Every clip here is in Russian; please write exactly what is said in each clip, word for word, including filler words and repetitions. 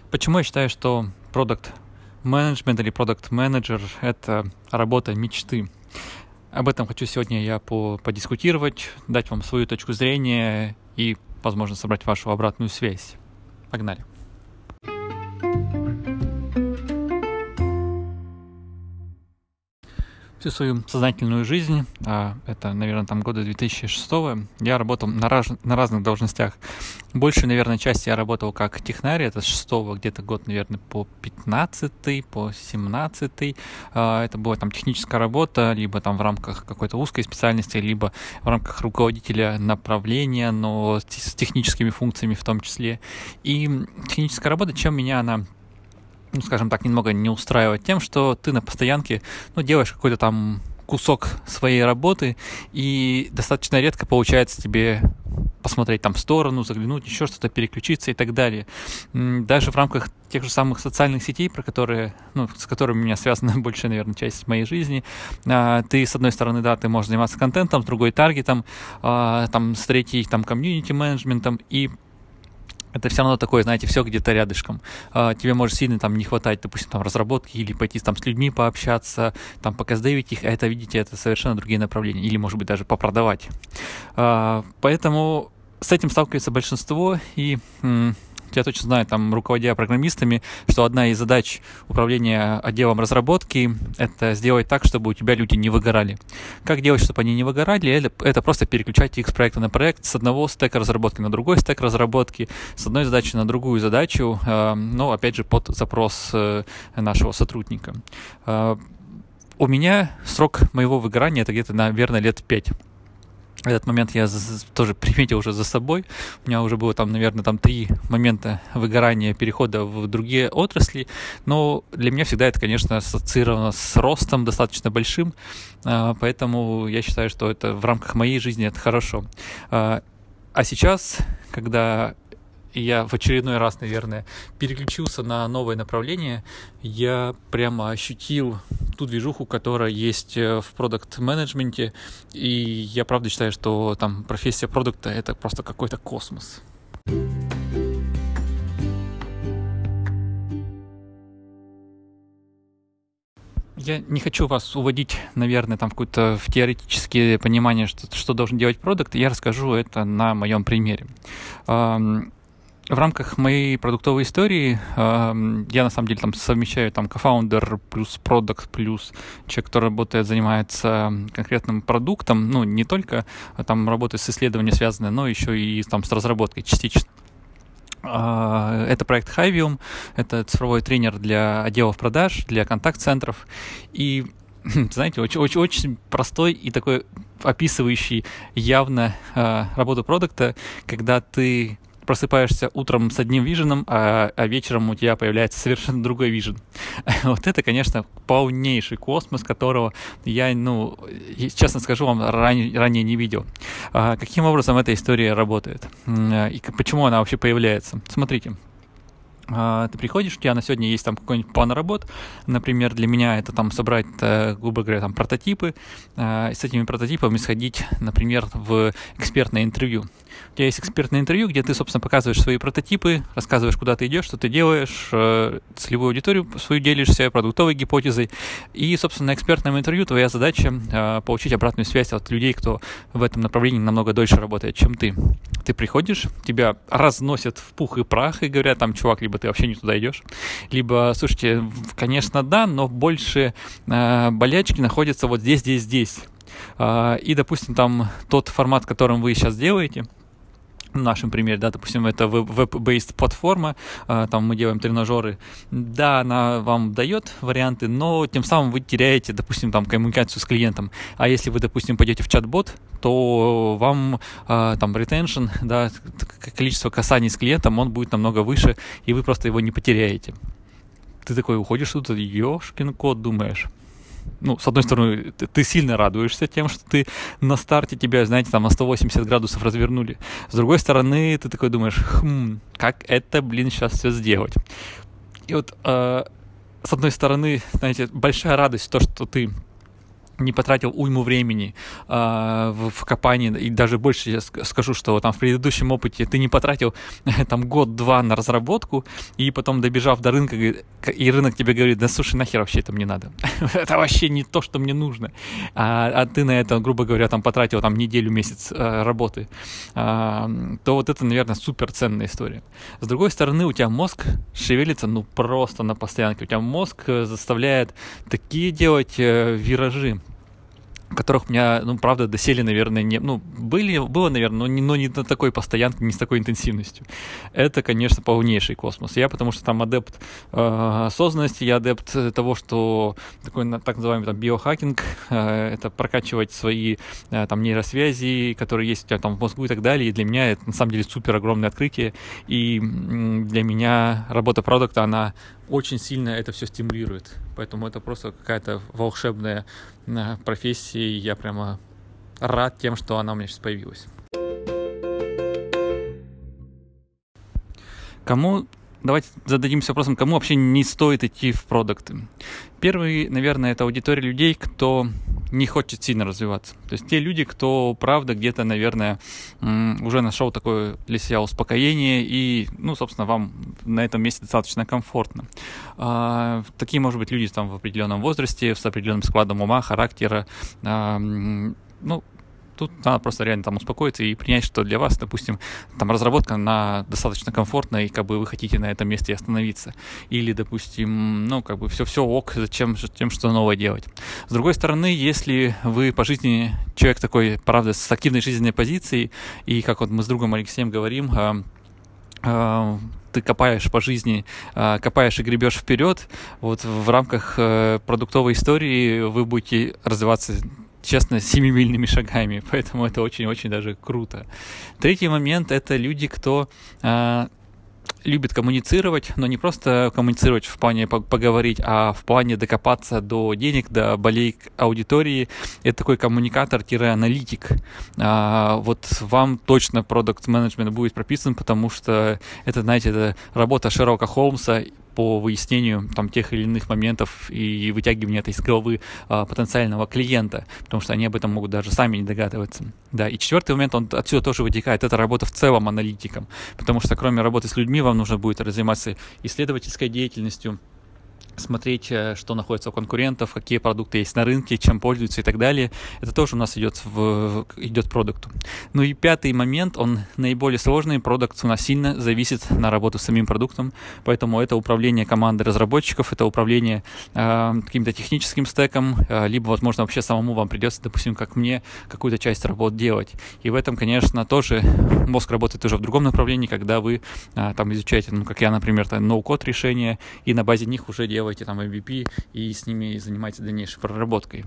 Почему я считаю, что продукт менеджмент или продукт менеджер — это работа мечты? Об этом хочу сегодня я по подискутировать, дать вам свою точку зрения и, возможно, собрать вашу обратную связь. Погнали. Всю свою сознательную жизнь, а это, наверное, там года две тысячи шестого, я работал на, раз, на разных должностях. Большую, наверное, часть я работал как технарь, это с шестого где-то год, наверное, по пятнадцатый, по семнадцатый. Это была там техническая работа, либо там в рамках какой-то узкой специальности, либо в рамках руководителя направления, но с техническими функциями в том числе. И техническая работа, чем меня она, ну, скажем так, немного не устраивает, тем, что ты на постоянке, ну, делаешь какой-то там кусок своей работы, и достаточно редко получается тебе посмотреть там в сторону, заглянуть, еще что-то, переключиться и так далее. Даже в рамках тех же самых социальных сетей, про которые, ну, с которыми у меня связана большая, наверное, часть моей жизни, ты, с одной стороны, да, ты можешь заниматься контентом, с другой — таргетом, там, с третьей — там, комьюнити-менеджментом, и это все равно такое, знаете, все где-то рядышком. Тебе может сильно там не хватать, допустим, там разработки, или пойти там с людьми пообщаться, там показдевить их, а это, видите, это совершенно другие направления, или, может быть, даже попродавать. Поэтому с этим сталкивается большинство, и я точно знаю, там, руководя программистами, что одна из задач управления отделом разработки — это сделать так, чтобы у тебя люди не выгорали. Как делать, чтобы они не выгорали? Это, это просто переключать их с проекта на проект, с одного стека разработки на другой стек разработки, с одной задачи на другую задачу, э, но, опять же, под запрос э, нашего сотрудника. Э, у меня срок моего выгорания — это где-то, наверное, лет пять. Этот момент я тоже приметил уже за собой. У меня уже было там, наверное, там три момента выгорания, перехода в другие отрасли. Но для меня всегда это, конечно, ассоциировано с ростом достаточно большим. Поэтому я считаю, что это в рамках моей жизни это хорошо. А сейчас, когда я в очередной раз, наверное, переключился на новое направление, я прямо ощутил ту движуху, которая есть в продакт-менеджменте, и я правда считаю, что там профессия продукта — это просто какой-то космос. Я не хочу вас уводить, наверное, там в какое-то в теоретическое понимание, что, что должен делать продукт. Я расскажу это на моем примере. В рамках моей продуктовой истории э, я, на самом деле, там совмещаю там кофаундер плюс продакт плюс человек, который работает, занимается конкретным продуктом, ну, не только там работает с исследованием связанной, но еще и там с разработкой частично. Э, это проект Hivium, это цифровой тренер для отделов продаж, для контакт-центров, и знаете, очень, очень, очень простой и такой описывающий явно э, работу продукта, когда ты просыпаешься утром с одним виженом, а, а вечером у тебя появляется совершенно другой вижен. Вот это, конечно, полнейший космос, которого я, ну, честно скажу вам, ранее, ранее не видел. А, каким образом эта история работает? И почему она вообще появляется? Смотрите. Ты приходишь, у тебя на сегодня есть там какой-нибудь план работ, например, для меня это там собрать, грубо говоря, там прототипы, и с этими прототипами сходить, например, в экспертное интервью. У тебя есть экспертное интервью, где ты, собственно, показываешь свои прототипы, рассказываешь, куда ты идешь, что ты делаешь, целевую аудиторию свою делишься, продуктовой гипотезой, и, собственно, на экспертном интервью твоя задача получить обратную связь от людей, кто в этом направлении намного дольше работает, чем ты. Ты приходишь, тебя разносят в пух и прах и говорят, там, чувак, либо ты вообще не туда идешь, либо, слушайте, конечно, да, но больше э, болячки находятся вот здесь, здесь, здесь. Э, и, допустим, там тот формат, которым вы сейчас делаете, в нашем примере, да, допустим, это веб-based платформа, э, там мы делаем тренажеры, да, она вам дает варианты, но тем самым вы теряете, допустим, там коммуникацию с клиентом. А если вы, допустим, пойдете в чат-бот, то вам э, там retention, да, количество касаний с клиентом, он будет намного выше, и вы просто его не потеряете. Ты такой уходишь тут, ёшкин кот, думаешь. Ну, с одной стороны, ты, ты сильно радуешься тем, что ты на старте тебя, знаете, там на сто восемьдесят градусов развернули. С другой стороны, ты такой думаешь, хм, как это, блин, сейчас все сделать. И вот, э, с одной стороны, знаете, большая радость то, что ты не потратил уйму времени э, в, в копании, и даже больше я скажу, что там в предыдущем опыте ты не потратил там год-два на разработку, и потом добежав до рынка, и рынок тебе говорит: да слушай, нахер вообще это мне надо, это вообще не то, что мне нужно, а, а ты на это, грубо говоря, там потратил там неделю, месяц э, работы, э, то вот это, наверное, супер ценная история. С другой стороны, у тебя мозг шевелится, ну, просто на постоянке, у тебя мозг заставляет такие делать э, виражи, которых у меня, ну, правда, доселе, наверное, не... Ну, были, было, наверное, но не, но не на такой постоянке, не с такой интенсивностью. Это, конечно, полнейший космос. Я, потому что там адепт э, осознанности, я адепт того, что такой так называемый там биохакинг, э, это прокачивать свои э, там нейросвязи, которые есть у тебя там в мозгу и так далее. И для меня это, на самом деле, супер огромное открытие. И м, для меня работа продукта, она очень сильно это все стимулирует. Поэтому это просто какая-то волшебная э, профессия, и я прямо рад тем, что она у меня сейчас появилась. Кому, давайте зададимся вопросом, кому вообще не стоит идти в продукты? Первый, наверное, это аудитория людей, кто не хочет сильно развиваться. То есть те люди, кто, правда, где-то, наверное, уже нашел такое для себя успокоение, и, ну, собственно, вам на этом месте достаточно комфортно. А, такие, может быть, люди там в определенном возрасте, с определенным складом ума, характера. А, ну, тут надо просто реально там успокоиться и принять, что для вас, допустим, там разработка, она достаточно комфортная, и как бы вы хотите на этом месте остановиться. Или, допустим, ну, как бы все-все ок, зачем тем, что новое делать. С другой стороны, если вы по жизни человек такой, правда, с активной жизненной позицией, и как вот мы с другом Алексеем говорим, ты копаешь по жизни, копаешь и гребешь вперед, вот в рамках продуктовой истории вы будете развиваться, честно, семимильными шагами, поэтому это очень-очень даже круто. Третий момент — это люди, кто э, любит коммуницировать, но не просто коммуницировать в плане поговорить, а в плане докопаться до денег, до болей аудитории. Это такой коммуникатор-аналитик. А, вот вам точно продакт-менеджмент будет прописан, потому что это, знаете, это работа Шерлока Холмса по выяснению там тех или иных моментов и вытягиванию этой из головы а, потенциального клиента, потому что они об этом могут даже сами не догадываться. Да, и четвертый момент, он отсюда тоже вытекает, это работа в целом аналитиком, потому что кроме работы с людьми вам нужно будет заниматься исследовательской деятельностью, смотреть, что находится у конкурентов, какие продукты есть на рынке, чем пользуются и так далее. Это тоже у нас идет в идет к продукту. Ну и пятый момент, он наиболее сложный. Продукт у нас сильно зависит на работу с самим продуктом, поэтому это управление командой разработчиков, это управление э, каким-то техническим стеком, э, либо, возможно, вообще самому вам придется, допустим, как мне, какую-то часть работ делать. И в этом, конечно, тоже мозг работает уже в другом направлении, когда вы э, там изучаете, ну, как я, например, ноу-код решения, и на базе них уже делаете там эм ви пи и с ними занимаетесь дальнейшей проработкой.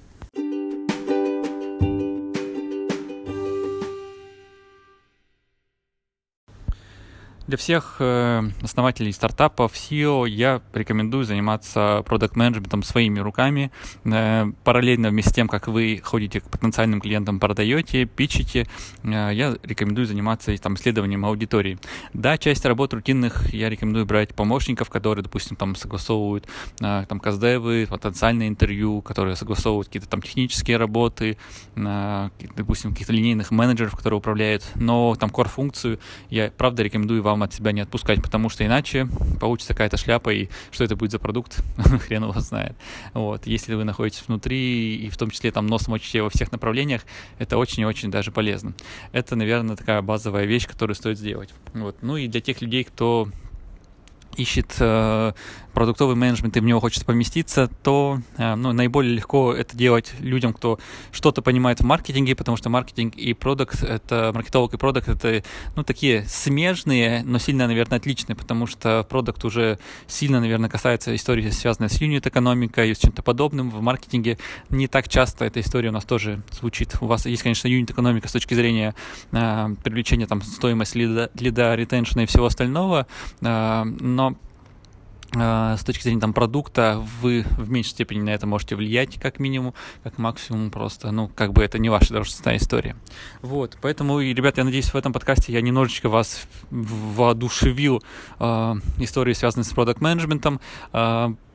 Для всех э, основателей стартапов, си и о, я рекомендую заниматься продакт-менеджментом своими руками, э, параллельно вместе с тем, как вы ходите к потенциальным клиентам, продаете, питчите, э, я рекомендую заниматься там, исследованием аудитории. Да, часть работ рутинных я рекомендую брать помощников, которые, допустим, там согласовывают э, там каздевы, потенциальные интервью, которые согласовывают какие-то там технические работы, э, допустим, каких-то линейных менеджеров, которые управляют, но там core-функцию я, правда, рекомендую вам от себя не отпускать, потому что иначе получится какая-то шляпа, и что это будет за продукт, хрен его знает. Вот. Если вы находитесь внутри, и в том числе там нос мочите во всех направлениях, это очень и очень даже полезно. Это, наверное, такая базовая вещь, которую стоит сделать. Вот. Ну и для тех людей, кто ищет э, продуктовый менеджмент и в него хочет поместиться, то э, ну, наиболее легко это делать людям, кто что-то понимает в маркетинге, потому что маркетинг и продукт, это маркетолог и продукт, это ну, такие смежные, но сильно, наверное, отличные, потому что продукт уже сильно, наверное, касается истории, связанной с юнит-экономикой и с чем-то подобным. В маркетинге не так часто эта история у нас тоже звучит. У вас есть, конечно, юнит-экономика с точки зрения э, привлечения там, стоимости лида, лида, ретеншена и всего остального, э, но с точки зрения там, продукта, вы в меньшей степени на это можете влиять, как минимум, как максимум просто, ну, как бы это не ваша должностная история. Вот, поэтому, и, ребята, я надеюсь, в этом подкасте я немножечко вас воодушевил э, историей, связанной с продакт-менеджментом. Э,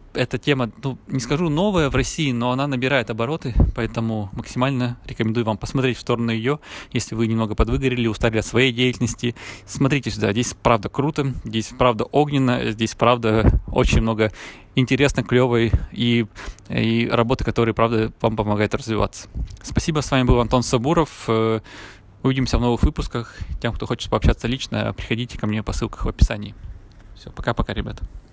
эта тема, ну, не скажу новая в России, но она набирает обороты, поэтому максимально рекомендую вам посмотреть в сторону ее, если вы немного подвыгорели, устали от своей деятельности. Смотрите сюда, здесь правда круто, здесь правда огненно, здесь правда очень много интересной, клевой и, и работы, которые, правда, вам помогают развиваться. Спасибо, с вами был Антон Сабуров. Увидимся в новых выпусках. Тем, кто хочет пообщаться лично, приходите ко мне по ссылкам в описании. Все, пока-пока, ребята.